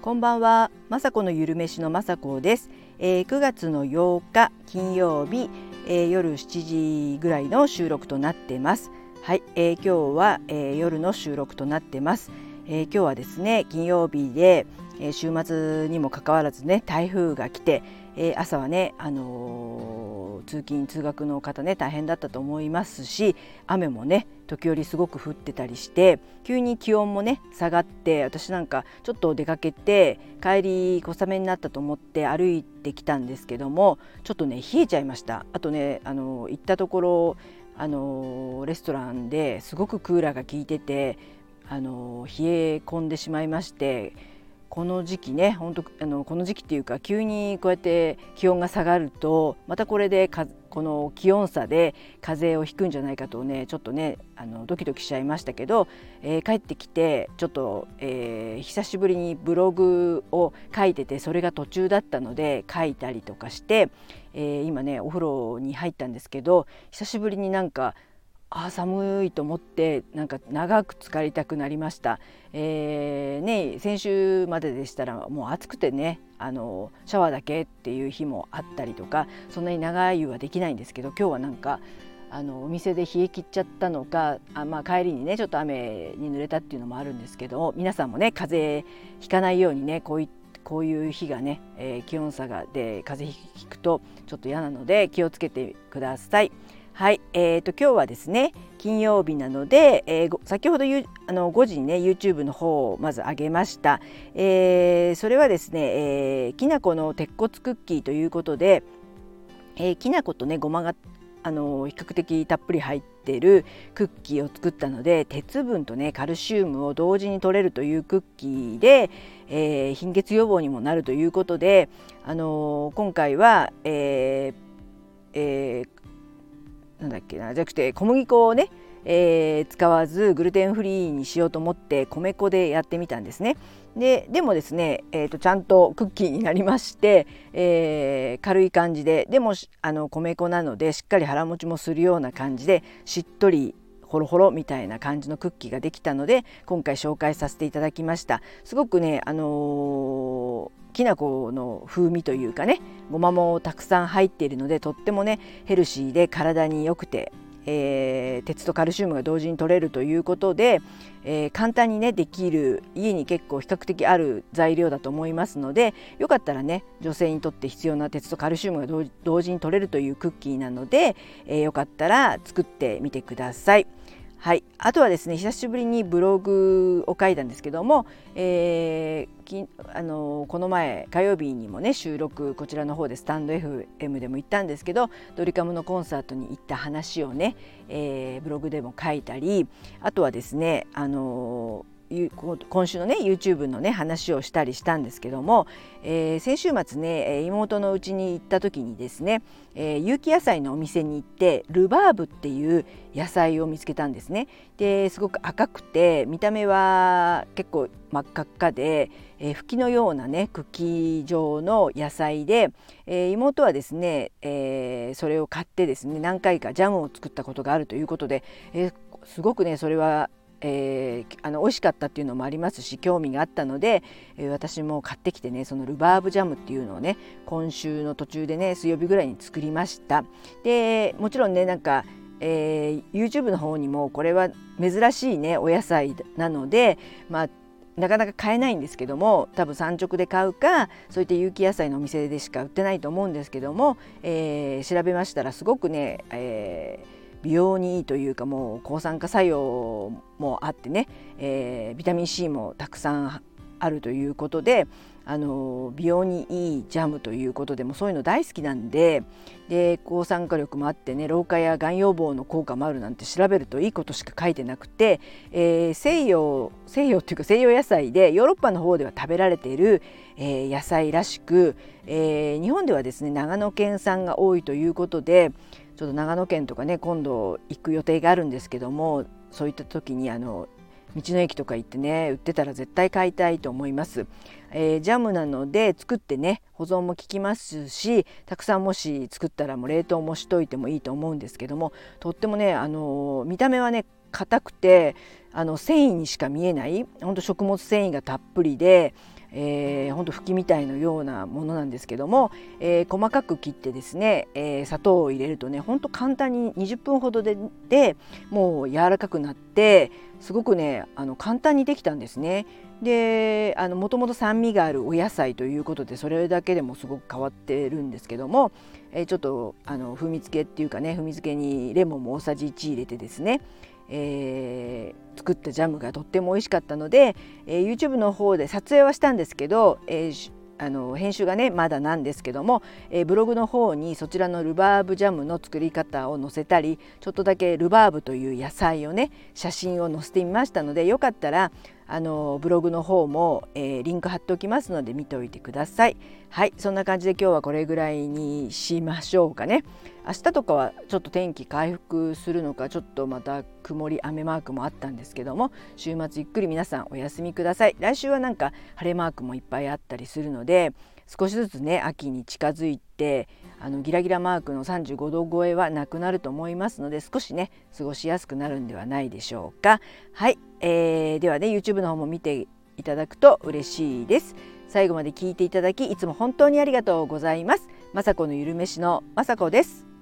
こんばんは、まさこのゆるめしのまさこです。9月の8日金曜日、夜7時ぐらいの収録となってます。はい、今日は、夜の収録となってます。今日はですね、金曜日で、週末にもかかわらずね、台風が来て、朝はね、通勤通学の方ね大変だったと思いますし、雨もね時折すごく降ってたりして、急に気温もね下がって、私なんかちょっと出かけて帰り小雨になったと思って歩いてきたんですけども、ちょっとね冷えちゃいました。あとね行ったところレストランですごくクーラーが効いてて冷え込んでしまいまして、この時期ね本当この時期っていうか、急にこうやって気温が下がるとまたこれでこの気温差で風邪をひくんじゃないかとね、ちょっとねドキドキしちゃいましたけど、帰ってきてちょっと、久しぶりにブログを書いてて、それが途中だったので書いたりとかして、今ねお風呂に入ったんですけど、久しぶりになんか寒いと思ってなんか長く浸かりたくなりました。先週まででしたらもう暑くてねシャワーだけっていう日もあったりとか、そんなに長い湯はできないんですけど、今日はなんかお店で冷え切っちゃったのか、帰りにねちょっと雨に濡れたっていうのもあるんですけど、皆さんもね風邪ひかないようにね、こういう日がね、気温差がで風邪ひくとちょっと嫌なので気をつけてください。はい、今日はですね金曜日なので、先ほど5時にね YouTube の方をまず上げました。それはですね、きな粉の鉄骨クッキーということで、きな粉とねごまが比較的たっぷり入っているクッキーを作ったので、鉄分とねカルシウムを同時に取れるというクッキーで、貧血予防にもなるということで、今回は、なんだっけな、じゃなくて小麦粉をね、使わずグルテンフリーにしようと思って米粉でやってみたんですね。でもですね、ちゃんとクッキーになりまして、軽い感じで、でも米粉なのでしっかり腹持ちもするような感じで、しっとりホロホロみたいな感じのクッキーができたので、今回紹介させていただきました。すごくねきな粉の風味というかね、ごまもたくさん入っているので、とってもねヘルシーで体に良くて、鉄とカルシウムが同時に取れるということで、簡単にねできる、家に結構比較的ある材料だと思いますので、よかったらね女性にとって必要な鉄とカルシウムが同時に取れるというクッキーなので、よかったら作ってみてください。はい、あとはですね、久しぶりにブログを書いたんですけども、この前火曜日にもね収録、こちらの方でスタンド FM でも行ったんですけど、ドリカムのコンサートに行った話をね、ブログでも書いたり、あとはですね今週のね YouTube のね話をしたりしたんですけども、先週末ね妹の家に行った時にですね、有機野菜のお店に行ってルバーブっていう野菜を見つけたんですね。ですごく赤くて、見た目は結構真っ赤っかで、フキのようなね茎状の野菜で、妹はですね、それを買ってですね何回かジャムを作ったことがあるということで、すごくねそれは美味しかったっていうのもありますし、興味があったので、私も買ってきてね、そのルバーブジャムっていうのをね今週の途中でね水曜日ぐらいに作りました。でもちろんねなんか、YouTube の方にもこれは珍しいねお野菜なので、なかなか買えないんですけども、多分産直で買うかそういった有機野菜のお店でしか売ってないと思うんですけども、調べましたらすごくね、美容にいいというか、もう抗酸化作用もあってね、ビタミン C もたくさんあるということで、美容にいいジャムということで、もそういうの大好きなんで、抗酸化力もあってね、老化やがん予防の効果もあるなんて調べるといいことしか書いてなくて、西洋っていうか西洋野菜でヨーロッパの方では食べられている、野菜らしく、日本ではですね長野県産が多いということで、ちょっと長野県とかね今度行く予定があるんですけども、そういった時に道の駅とか行ってね売ってたら絶対買いたいと思います。ジャムなので作ってね保存も効きますし、たくさんもし作ったらもう冷凍もしといてもいいと思うんですけども、とってもね見た目はね硬くて繊維にしか見えない、ほんと食物繊維がたっぷりで、 ほんとふきみたいのようなものなんですけども、細かく切ってですね、砂糖を入れるとねほんと簡単に20分ほどでもう柔らかくなってすごくね簡単にできたんですね。でもともと酸味があるお野菜ということでそれだけでもすごく変わってるんですけども、ちょっと風味付けっていうかね風味付けにレモンも大さじ1入れてですね、作ったジャムがとっても美味しかったので、YouTube の方で撮影はしたんですけど、編集がねまだなんですけども、ブログの方にそちらのルバーブジャムの作り方を載せたりちょっとだけルバーブという野菜をね写真を載せてみましたのでよかったらブログの方も、リンク貼っておきますので見ておいてください。はい、そんな感じで今日はこれぐらいにしましょうかね。明日とかはちょっと天気回復するのかちょっとまた曇り雨マークもあったんですけども週末ゆっくり皆さんお休みください。来週はなんか晴れマークもいっぱいあったりするので少しずつね秋に近づいてギラギラマークの35度超えはなくなると思いますので少しね過ごしやすくなるんではないでしょうか。はい、ではね YouTube の方も見ていただくと嬉しいです。最後まで聞いていただきいつも本当にありがとうございます。まさこのゆるめしのまさこです。